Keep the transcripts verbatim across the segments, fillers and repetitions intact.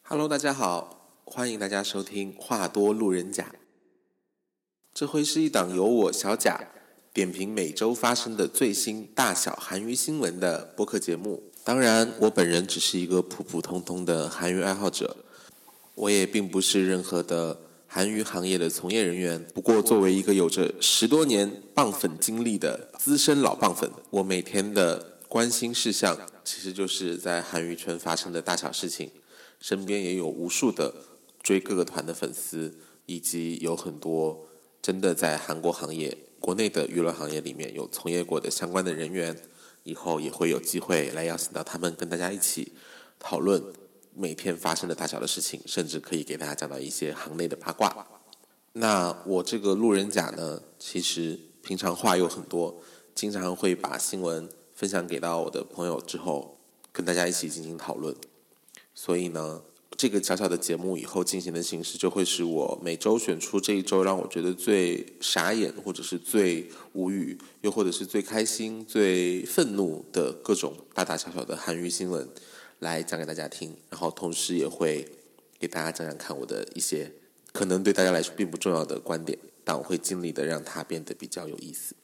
Hello， 大家好，欢迎大家收听话多路人甲。这会是一档由我小甲点评每周发生的最新大小韩娱新闻的播客节目。当然，我本人只是一个普普通通的韩娱爱好者，我也并不是任何的韩娱行业的从业人员。不过，作为一个有着十多年棒粉经历的资深老棒粉，我每天的关心事项其实就是在韩娱圈发生的大小事情。身边也有无数的追各个团的粉丝，以及有很多真的在韩国行业、国内的娱乐行业里面有从业过的相关的人员，以后也会有机会来邀请到他们，跟大家一起讨论每天发生的大小的事情，甚至可以给大家讲到一些行内的八卦。那我这个路人甲呢，其实平常话有很多，经常会把新闻分享给到我的朋友之后，跟大家一起进行讨论。所以呢，这个小小的节目以后进行的形式就会是我每周选出这一周让我觉得最傻眼，或者是最无语，又或者是最开心、最愤怒的各种大大小小的韩娱新闻来讲给大家听，然后同时也会给大家讲讲看我的一些可能对大家来说并不重要的观点，但我会尽力的让它变得比较有意思。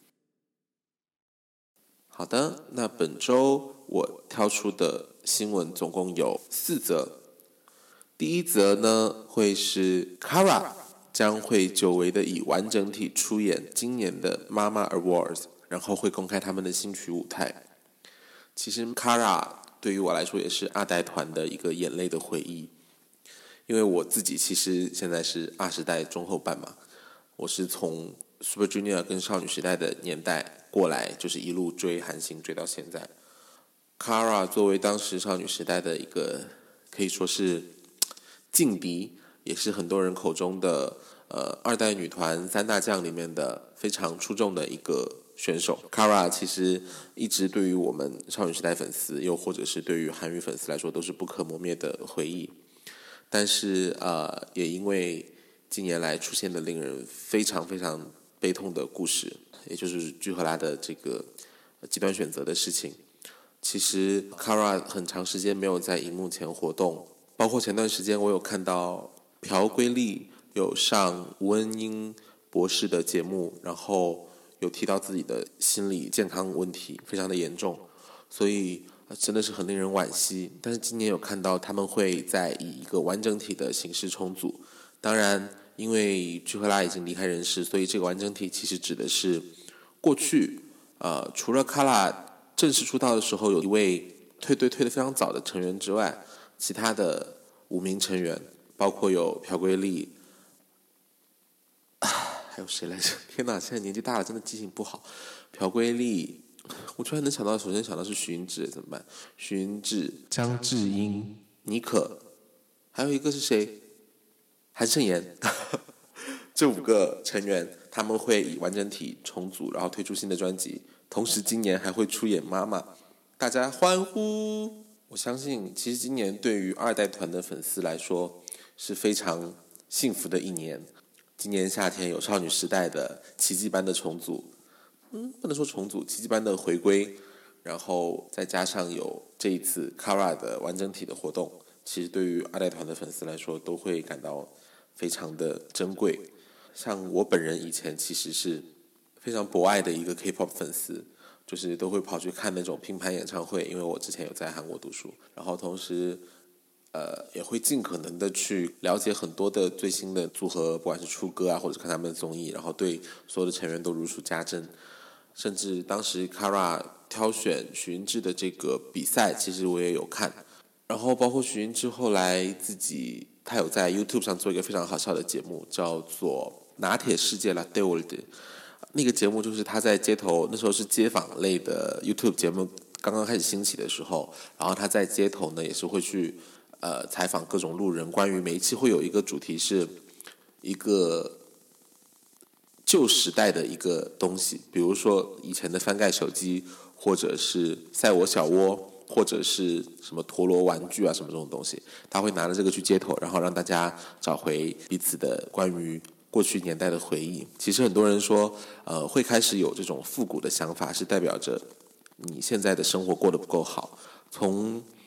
好的，那本周我挑出的新闻总共有四则。第一则呢，会是 Kara 将会久违的以完整体出演今年的 Mama Awards， 然后会公开他们的新曲舞台。其实 Kara 对于我来说也是二代团的一个眼泪的回忆，因为我自己其实现在是二十代中后半嘛，我是从 Super Junior 跟少女时代的年代过来，就是一路追韩星追到现在。Kara 作为当时少女时代的一个可以说是劲敌，也是很多人口中的呃二代女团三大将里面的非常出众的一个选手。Kara 其实一直对于我们少女时代粉丝，又或者是对于韩娱粉丝来说，都是不可磨灭的回忆。但是呃，也因为近年来出现的令人非常非常悲痛的故事，也就是具赫拉的这个极端选择的事情。其实 Kara 很长时间没有在荧幕前活动，包括前段时间我有看到朴圭利有上吴恩英博士的节目，然后有提到自己的心理健康问题非常的严重，所以真的是很令人惋惜。但是今年有看到他们会在以一个完整体的形式重组，当然因为具赫拉已经离开人世，所以这个完整体其实指的是过去呃，除了 Kara 正式出道的时候有一位退队退得非常早的成员之外，其他的五名成员包括有朴圭利、啊、还有谁来着？天哪，现在年纪大了，真的记性不好。朴圭利，我突然能想到，首先想到是徐云志，怎么办？徐云志、 张智英、 妮可，还有一个是谁？韩胜妍。这五个成员他们会以完整体重组，然后推出新的专辑，同时今年还会出演妈妈，大家欢呼！我相信其实今年对于二代团的粉丝来说是非常幸福的一年。今年夏天有少女时代的奇迹般的重组，嗯，不能说重组，奇迹般的回归，然后再加上有这一次 Kara 的完整体的活动，其实对于二代团的粉丝来说都会感到非常的珍贵。像我本人以前其实是非常博爱的一个 K-pop 粉丝，就是都会跑去看那种拼盘演唱会，因为我之前有在韩国读书，然后同时呃也会尽可能的去了解很多的最新的组合，不管是出歌啊或者看他们的综艺，然后对所有的成员都如数家珍。甚至当时 Kara 挑选徐云志的这个比赛其实我也有看，然后包括徐云志后来自己他有在 YouTube 上做一个非常好笑的节目，叫做拿铁世界啦 d e w o l d 那个节目就是他在街头，那时候是街访类的 YouTube 节目刚刚开始兴起的时候，然后他在街头呢也是会去呃采访各种路人，关于每一期会有一个主题是一个旧时代的一个东西，比如说以前的翻盖手机，或者是赛我小窝，或者是什么陀螺玩具啊什么这种东西，他会拿着这个去街头，然后让大家找回彼此的关于过去年代的回忆。其实很多人说呃，会开始有这种复古的想法，是代表着你现在的生活过得不够好。从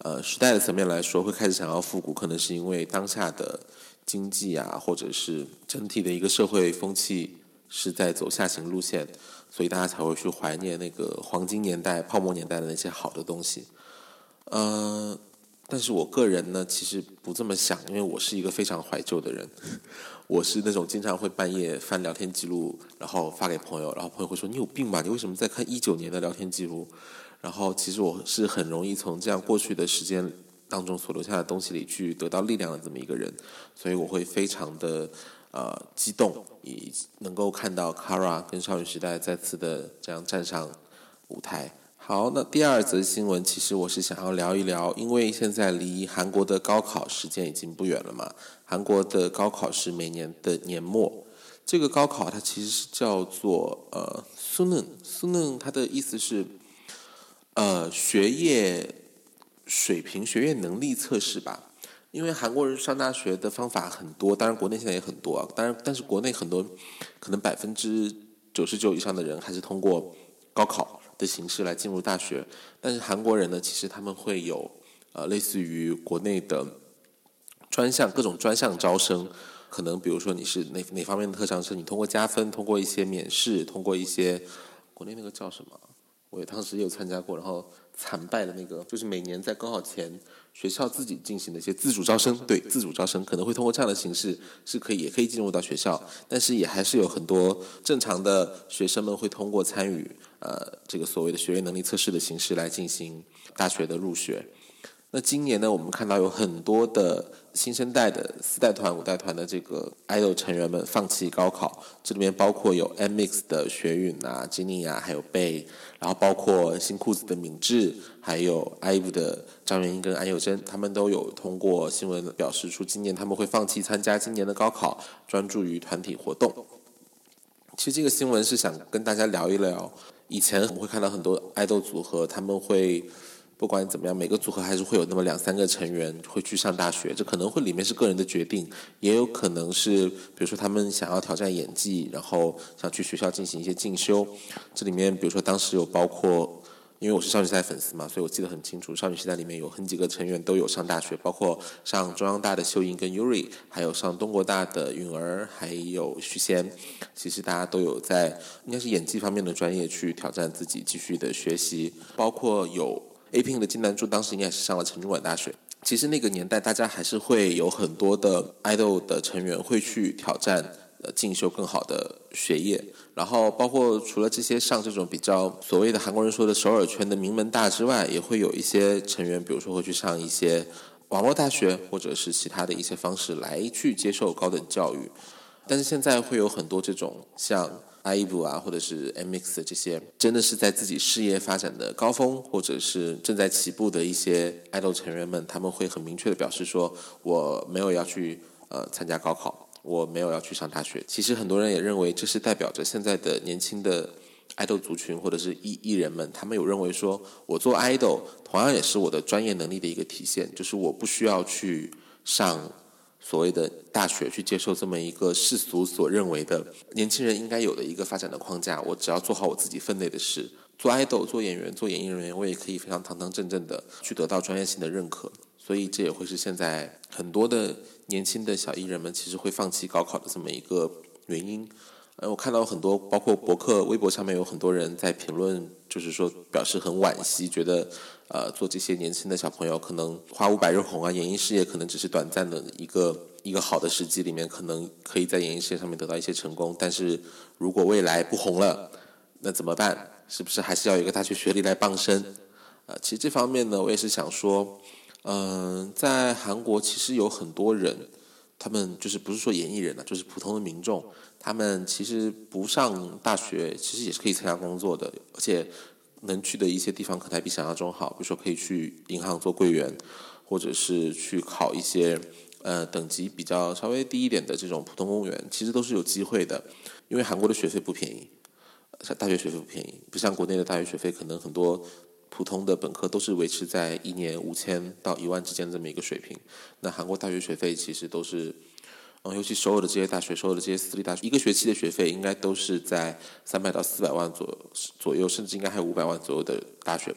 呃时代的层面来说，会开始想要复古，可能是因为当下的经济啊，或者是整体的一个社会风气是在走下行路线，所以大家才会去怀念那个黄金年代、泡沫年代的那些好的东西。呃，但是我个人呢，其实不这么想，因为我是一个非常怀旧的人。我是那种经常会半夜翻聊天记录，然后发给朋友，然后朋友会说：“你有病吧？你为什么在看一九年的聊天记录？”然后其实我是很容易从这样过去的时间当中所留下的东西里去得到力量的这么一个人，所以我会非常的呃激动，以能够看到 Kara 跟少女时代再次的这样站上舞台。好，那第二则新闻，其实我是想要聊一聊，因为现在离韩国的高考时间已经不远了嘛。韩国的高考是每年的年末，这个高考它其实是叫做呃 수능， 수능它的意思是呃学业水平、学业能力测试吧。因为韩国人上大学的方法很多，当然国内现在也很多啊，当然但是国内很多可能百分之九十九以上的人还是通过高考的形式来进入大学，但是韩国人呢，其实他们会有呃类似于国内的专项各种专项招生，可能比如说你是哪哪方面的特长生，你通过加分，通过一些免试，通过一些国内那个叫什么，我当时也有参加过，然后惨败的那个，就是每年在高考前学校自己进行的一些自主招生，对，自主招生可能会通过这样的形式是可以也可以进入到学校，但是也还是有很多正常的学生们会通过参与呃这个所谓的学业能力测试的形式来进行大学的入学。那今年呢，我们看到有很多的新生代的四代团、五代团的这个 idol 成员们放弃高考，这里面包括有 M X 的学允啊、Jennie 啊，还有贝，然后包括新裤子的敏智，还有 I V E 的张元英跟安宥真，他们都有通过新闻表示出，今年他们会放弃参加今年的高考，专注于团体活动。其实这个新闻是想跟大家聊一聊，以前我们会看到很多 idol 组合，他们会不管怎么样，每个组合还是会有那么两三个成员会去上大学，这可能会里面是个人的决定，也有可能是比如说他们想要挑战演技，然后想去学校进行一些进修。这里面比如说当时有包括，因为我是少女时代粉丝嘛，所以我记得很清楚，少女时代里面有很几个成员都有上大学，包括上中央大的秀英跟 Yuri， 还有上东国大的允儿，还有徐贤。其实大家都有在应该是演技方面的专业去挑战自己，继续的学习，包括有A Pink 的金南柱当时应该是上了成均馆大学。其实那个年代大家还是会有很多的 idol 的成员会去挑战呃进修更好的学业，然后包括除了这些上这种比较所谓的韩国人说的首尔圈的名门大之外，也会有一些成员比如说会去上一些网络大学或者是其他的一些方式来去接受高等教育。但是现在会有很多这种像I V E 啊，或者是 M X 这些，真的是在自己事业发展的高峰，或者是正在起步的一些 idol 成员们，他们会很明确的表示说，我没有要去呃参加高考，我没有要去上大学。其实很多人也认为，这是代表着现在的年轻的 idol 族群或者是艺艺人们，他们有认为说，我做 idol 同样也是我的专业能力的一个体现，就是我不需要去上所谓的大学去接受这么一个世俗所认为的年轻人应该有的一个发展的框架，我只要做好我自己分内的事，做 idol 做演员做演艺人员，我也可以非常堂堂正正的去得到专业性的认可。所以这也会是现在很多的年轻的小艺人们其实会放弃高考的这么一个原因。呃，我看到很多，包括博客、微博上面有很多人在评论，就是说表示很惋惜，觉得呃做这些年轻的小朋友，可能花无百日红啊，演艺事业可能只是短暂的一个一个好的时机里面，可能可以在演艺事业上面得到一些成功，但是如果未来不红了，那怎么办？是不是还是要有一个大学学历来傍身？呃，其实这方面呢，我也是想说，嗯、呃，在韩国其实有很多人，他们就是不是说演艺人啊，就是普通的民众，他们其实不上大学，其实也是可以参加工作的，而且能去的一些地方可能还比想象中好，比如说可以去银行做柜员，或者是去考一些呃等级比较稍微低一点的这种普通公务员，其实都是有机会的，因为韩国的学费不便宜，大学学费不便宜，不像国内的大学学费可能很多普通的本科都是维持在一年五千到一万之间这么一个水平，那韩国大学学费其实都是，嗯，尤其首尔的这些大学，首尔的这些私立大学，一个学期的学费应该都是在三百到四百万左左右，甚至应该还有五百万左右的大学吧。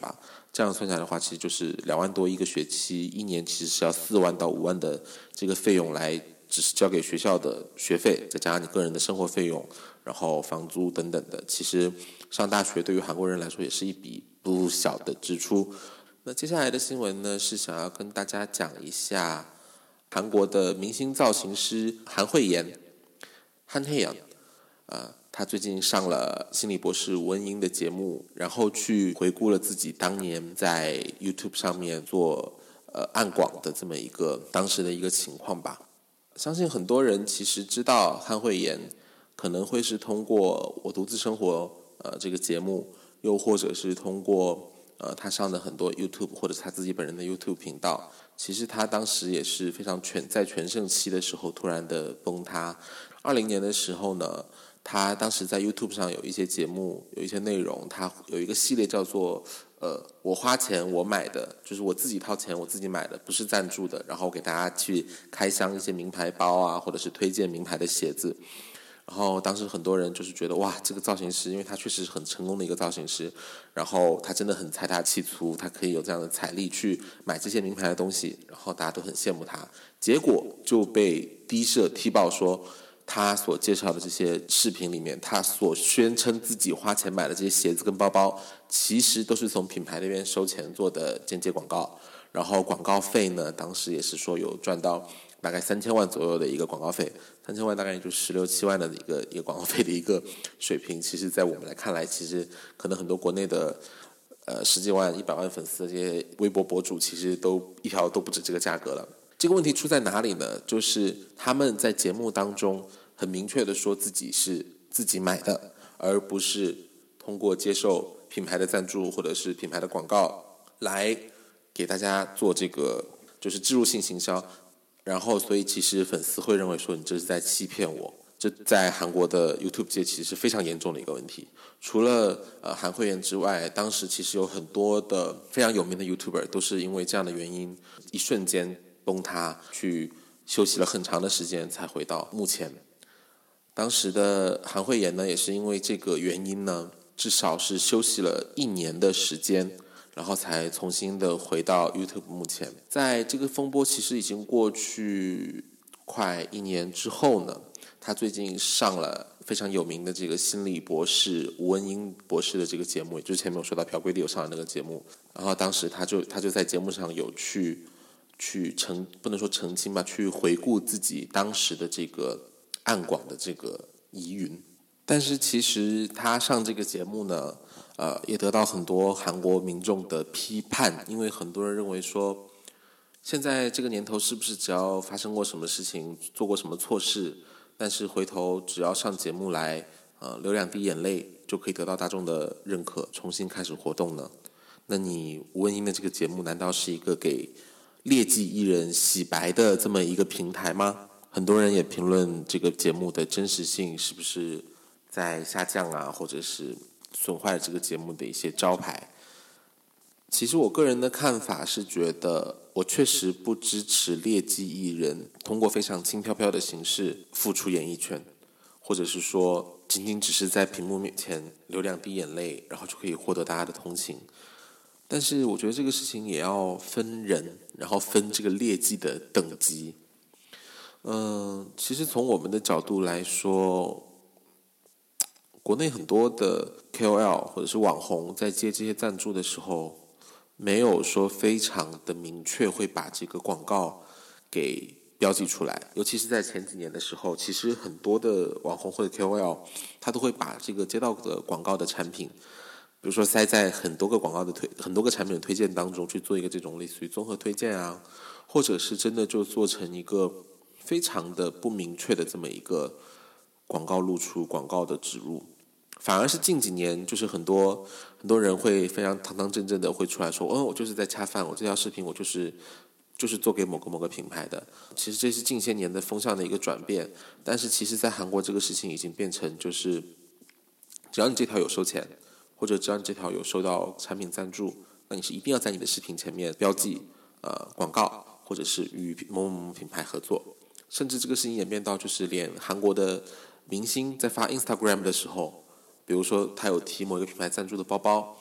这样算下来的话，其实就是两万多一个学期，一年其实是要四万到五万的这个费用来，只是交给学校的学费，再加上你个人的生活费用，然后房租等等的，其实上大学对于韩国人来说也是一笔不小的支出。那接下来的新闻呢，是想要跟大家讲一下韩国的明星造型师韩慧妍，韩慧妍，呃，他最近上了心理博士吴恩英的节目，然后去回顾了自己当年在 YouTube 上面做呃暗广的这么一个当时的一个情况吧。相信很多人其实知道韩慧妍，可能会是通过《我独自生活》呃这个节目，又或者是通过呃他上的很多 YouTube 或者他自己本人的 YouTube 频道。其实他当时也是非常全在全盛期的时候突然的崩塌。二零年的时候呢，他当时在 YouTube 上有一些节目，有一些内容，他有一个系列叫做呃我花钱我买的，就是我自己掏钱我自己买的，不是赞助的，然后给大家去开箱一些名牌包啊，或者是推荐名牌的鞋子。然后当时很多人就是觉得哇，这个造型师，因为他确实是很成功的一个造型师，然后他真的很财大气粗，他可以有这样的财力去买这些名牌的东西，然后大家都很羡慕他。结果就被低社踢爆说，他所介绍的这些视频里面，他所宣称自己花钱买的这些鞋子跟包包，其实都是从品牌那边收钱做的间接广告。然后广告费呢，当时也是说有赚到大概三千万左右的一个广告费，三千万大概也就十六七万的一个一个广告费的一个水平。其实在我们来看来，其实可能很多国内的呃十几万、一百万粉丝的这些微博博主，其实都一条都不止这个价格了。这个问题出在哪里呢？就是他们在节目当中很明确的说自己是自己买的，而不是通过接受品牌的赞助或者是品牌的广告来给大家做这个就是置入性行销。然后所以其实粉丝会认为说你这是在欺骗我，这在韩国的 YouTube 界其实是非常严重的一个问题。除了呃韩慧妍之外，当时其实有很多的非常有名的 YouTuber 都是因为这样的原因一瞬间崩塌，去休息了很长的时间才回到目前。当时的韩慧妍呢，也是因为这个原因呢，至少是休息了一年的时间，然后才重新的回到 YouTube 目前。在这个风波其实已经过去快一年之后呢，他最近上了非常有名的这个心理博士吴恩英博士的这个节目，也就是前面我说到朴圭利有上的那个节目。然后当时他就他就在节目上有去去澄不能说澄清吧，去回顾自己当时的这个暗广的这个疑云。但是其实他上这个节目呢，呃，也得到很多韩国民众的批判，因为很多人认为说，现在这个年头是不是只要发生过什么事情，做过什么错事，但是回头只要上节目来，呃，流两滴眼泪就可以得到大众的认可，重新开始活动呢？那你吴恩英的这个节目难道是一个给劣迹艺人洗白的这么一个平台吗？很多人也评论这个节目的真实性是不是在下降啊，或者是损坏了这个节目的一些招牌。其实我个人的看法是觉得，我确实不支持劣迹艺人通过非常轻飘飘的形式复出演艺圈，或者是说仅仅只是在屏幕面前流两滴眼泪，然后就可以获得大家的同情。但是我觉得这个事情也要分人，然后分这个劣迹的等级。嗯，其实从我们的角度来说，国内很多的 K O L 或者是网红在接这些赞助的时候，没有说非常的明确会把这个广告给标记出来。尤其是在前几年的时候，其实很多的网红或者 K O L 他都会把这个接到的广告的产品，比如说塞在很多个广告的推很多个产品的推荐当中去做一个这种类似于综合推荐啊，或者是真的就做成一个非常的不明确的这么一个广告露出、广告的植入。反而是近几年，就是很多很多人会非常堂堂正正的会出来说，哦，我就是在恰饭，我这条视频我就是就是做给某个某个品牌的。其实这是近些年的风向的一个转变，但是其实在韩国这个事情已经变成就是，只要你这条有收钱，或者只要你这条有收到产品赞助，那你是一定要在你的视频前面标记呃广告，或者是与某某某品牌合作。甚至这个事情演变到就是连韩国的明星在发 Instagram 的时候，比如说他有提某一个品牌赞助的包包，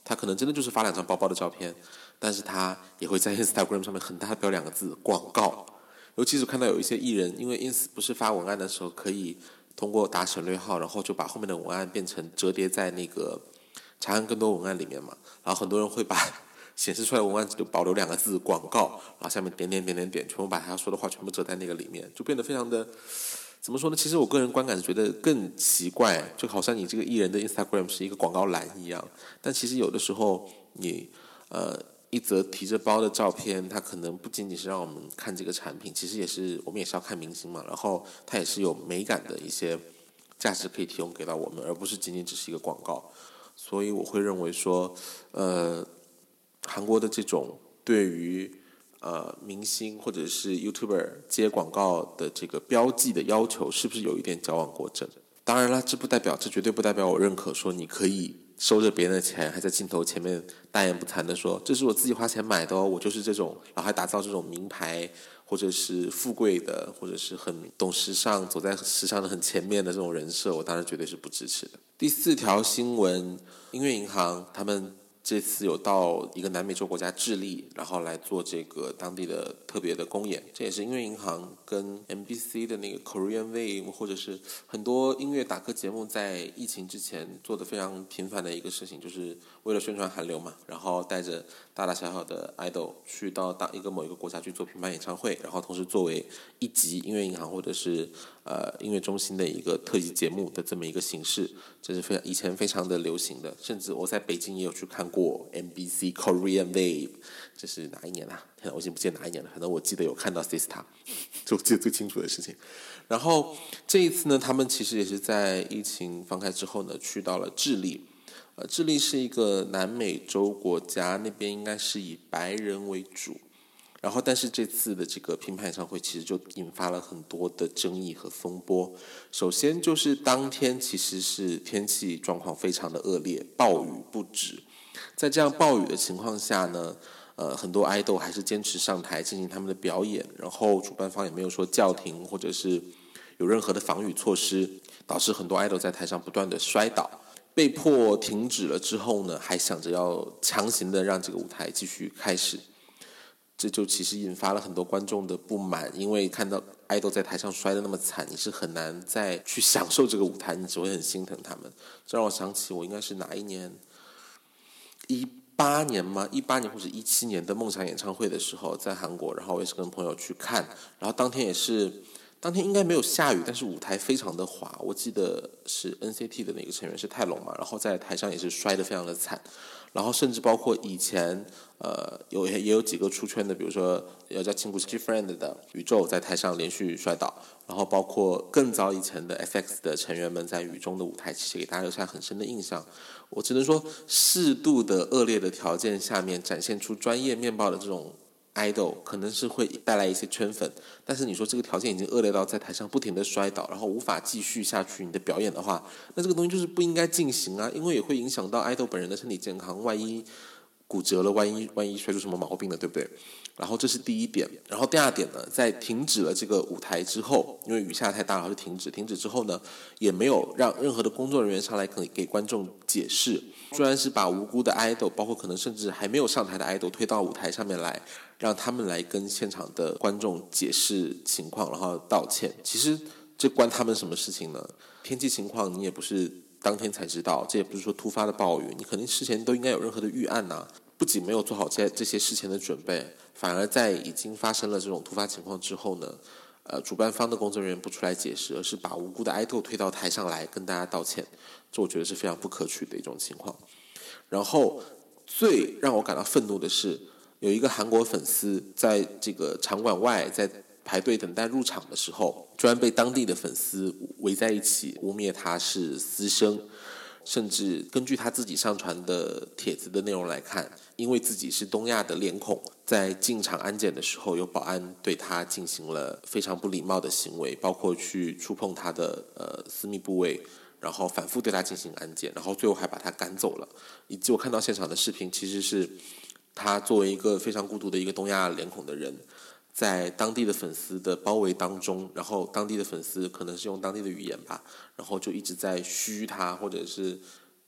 他可能真的就是发两张包包的照片，但是他也会在 Instagram 上面很大的标两个字广告。尤其是看到有一些艺人，因为 ins 不是发文案的时候可以通过打省略号，然后就把后面的文案变成折叠在那个查看更多文案里面嘛，然后很多人会把显示出来的文案就保留两个字广告，然后下面点点点点点，全部把他要说的话全部折在那个里面，就变得非常的怎么说呢？其实我个人观感觉得更奇怪，就好像你这个艺人的 Instagram 是一个广告栏一样。但其实有的时候你呃一则提着包的照片，它可能不仅仅是让我们看这个产品，其实也是我们也是要看明星嘛，然后它也是有美感的一些价值可以提供给到我们，而不是仅仅只是一个广告。所以我会认为说，呃，韩国的这种对于呃明星或者是 YouTuber 接广告的这个标记的要求，是不是有一点矫枉过正？当然啦，这不代表，这绝对不代表我认可说你可以收着别人的钱，还在镜头前面大言不惭的说这是我自己花钱买的哦，我就是这种，然后还打造这种名牌或者是富贵的，或者是很懂时尚，走在时尚的很前面的这种人设，我当然绝对是不支持的。第四条新闻，音乐银行他们这次有到一个南美洲国家智利，然后来做这个当地的特别的公演，这也是音乐银行跟 M B C 的那个 Korean Wave 或者是很多音乐打歌节目在疫情之前做的非常频繁的一个事情，就是为了宣传韩流嘛，然后带着大大小小的 idol 去到当一个某一个国家去做品牌演唱会，然后同时作为一集音乐银行或者是呃音乐中心的一个特辑节目的这么一个形式，这是非常以前非常的流行的，甚至我在北京也有去看过 M B C Korean Wave， 这是哪一年啊？天哪，我已经不记得哪一年了，反正我记得有看到 Sistar， 这我记得最清楚的事情。然后这一次呢，他们其实也是在疫情放开之后呢，去到了智利。呃，智利是一个南美洲国家，那边应该是以白人为主。然后，但是这次的这个品牌演唱会其实就引发了很多的争议和风波。首先就是当天其实是天气状况非常的恶劣，暴雨不止。在这样暴雨的情况下呢，呃，很多 idol 还是坚持上台进行他们的表演，然后主办方也没有说叫停或者是有任何的防雨措施，导致很多 idol 在台上不断的摔倒。被迫停止了之后呢，还想着要强行的让这个舞台继续开始，这就其实引发了很多观众的不满，因为看到爱豆在台上摔得那么惨，你是很难再去享受这个舞台，你只会很心疼他们。这让我想起我应该是哪一年，一八年吗？一八年或者一七年的梦想演唱会的时候，在韩国，然后我也是跟朋友去看，然后当天也是。当天应该没有下雨，但是舞台非常的滑。我记得是 N C T 的那个成员是泰隆嘛，然后在台上也是摔得非常的惨。然后甚至包括以前呃有也有几个出圈的，比如说要叫庆谷 G-Friend 的宇宙在台上连续摔倒，然后包括更早以前的 F X 的成员们在雨中的舞台，其实给大家留下很深的印象。我只能说，适度的恶劣的条件下面展现出专业面貌的这种idol 可能是会带来一些圈粉，但是你说这个条件已经恶劣到在台上不停的摔倒，然后无法继续下去你的表演的话，那这个东西就是不应该进行啊，因为也会影响到 idol 本人的身体健康，万一骨折了，万一万一摔出什么毛病了，对不对？然后这是第一点，然后第二点呢，在停止了这个舞台之后，因为雨下太大了，就停止。停止之后呢，也没有让任何的工作人员上来给给观众解释，居然是把无辜的 idol， 包括可能甚至还没有上台的 idol 推到舞台上面来，让他们来跟现场的观众解释情况，然后道歉。其实这关他们什么事情呢？天气情况你也不是当天才知道，这也不是说突发的暴雨，你肯定事前都应该有任何的预案呐。不仅没有做好这这些事前的准备，反而在已经发生了这种突发情况之后呢，呃，主办方的工作人员不出来解释，而是把无辜的 idol 推到台上来跟大家道歉，这我觉得是非常不可取的一种情况。然后最让我感到愤怒的是，有一个韩国粉丝在这个场馆外在排队等待入场的时候，居然被当地的粉丝围在一起污蔑他是私生。甚至根据他自己上传的帖子的内容来看，因为自己是东亚的脸孔，在进场安检的时候，有保安对他进行了非常不礼貌的行为，包括去触碰他的呃私密部位，然后反复对他进行安检，然后最后还把他赶走了。以及我看到现场的视频，其实是他作为一个非常孤独的一个东亚脸孔的人，在当地的粉丝的包围当中，然后当地的粉丝可能是用当地的语言吧，然后就一直在嘘他，或者是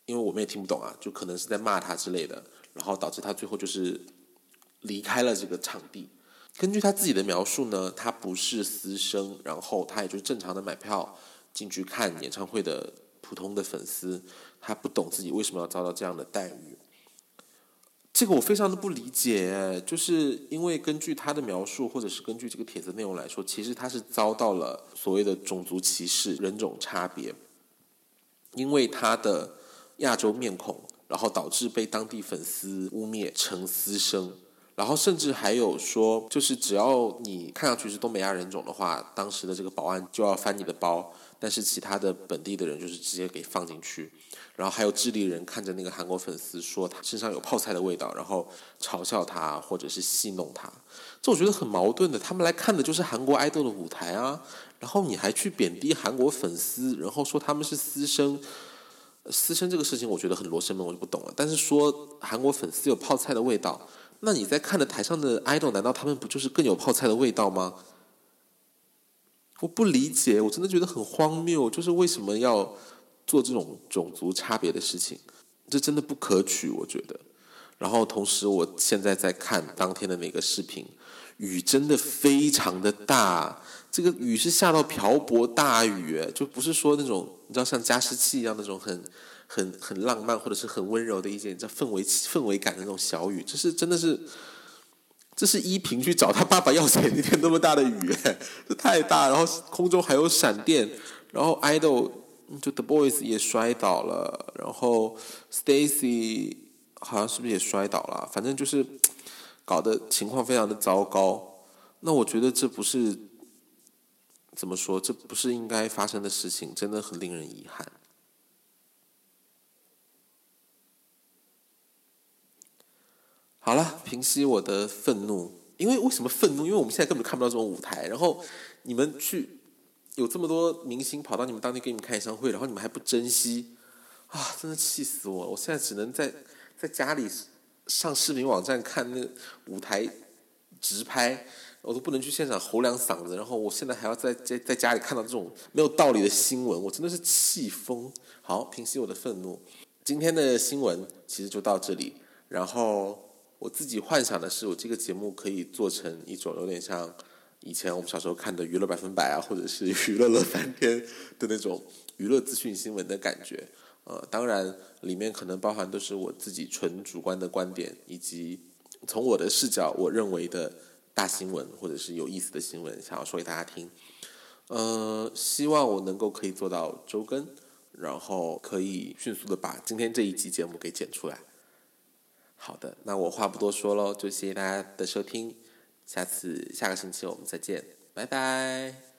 因为我们也听不懂啊，就可能是在骂他之类的，然后导致他最后就是离开了这个场地。根据他自己的描述呢，他不是私生，然后他也就是正常的买票进去看演唱会的普通的粉丝，他不懂自己为什么要遭到这样的待遇。这个我非常的不理解，就是因为根据他的描述，或者是根据这个帖子内容来说，其实他是遭到了所谓的种族歧视、人种差别，因为他的亚洲面孔，然后导致被当地粉丝污蔑成私生。然后甚至还有说，就是只要你看上去是东北亚人种的话，当时的这个保安就要翻你的包，但是其他的本地的人就是直接给放进去。然后还有智利人看着那个韩国粉丝说他身上有泡菜的味道，然后嘲笑他或者是戏弄他。这我觉得很矛盾的，他们来看的就是韩国爱豆的舞台啊，然后你还去贬低韩国粉丝，然后说他们是私生。私生这个事情我觉得很罗生门，我就不懂了。但是说韩国粉丝有泡菜的味道，那你在看的台上的 idol 难道他们不就是更有泡菜的味道吗？我不理解，我真的觉得很荒谬，就是为什么要做这种种族差别的事情，这真的不可取，我觉得。然后同时我现在在看当天的那个视频，雨真的非常的大，这个雨是下到瓢泼大雨，就不是说那种你知道像加湿器一样那种很很很浪漫或者是很温柔的一件叫氛围氛围感的那种小雨，这是真的是这是依萍去找他爸爸要钱那天那么大的雨，这太大，然后空中还有闪电，然后 idol 就 The Boys 也摔倒了，然后 Stacy 好像是不是也摔倒了？反正就是搞得情况非常的糟糕。那我觉得这不是怎么说，这不是应该发生的事情，真的很令人遗憾。好了，平息我的愤怒，因为为什么愤怒？因为我们现在根本看不到这种舞台，然后你们去有这么多明星跑到你们当地给你们开演唱会，然后你们还不珍惜，啊，真的气死我了！我现在只能在在家里上视频网站看那个舞台直拍，我都不能去现场吼两嗓子，然后我现在还要在在在家里看到这种没有道理的新闻，我真的是气疯。好，平息我的愤怒。今天的新闻其实就到这里，然后我自己幻想的是，我这个节目可以做成一种有点像以前我们小时候看的娱乐百分百啊，或者是娱乐乐翻天的那种娱乐资讯新闻的感觉。呃，当然里面可能包含都是我自己纯主观的观点，以及从我的视角我认为的大新闻或者是有意思的新闻，想要说给大家听。呃，希望我能够可以做到周更，然后可以迅速的把今天这一集节目给剪出来。好的，那我话不多说喽，就谢谢大家的收听，下次下个星期我们再见，拜拜。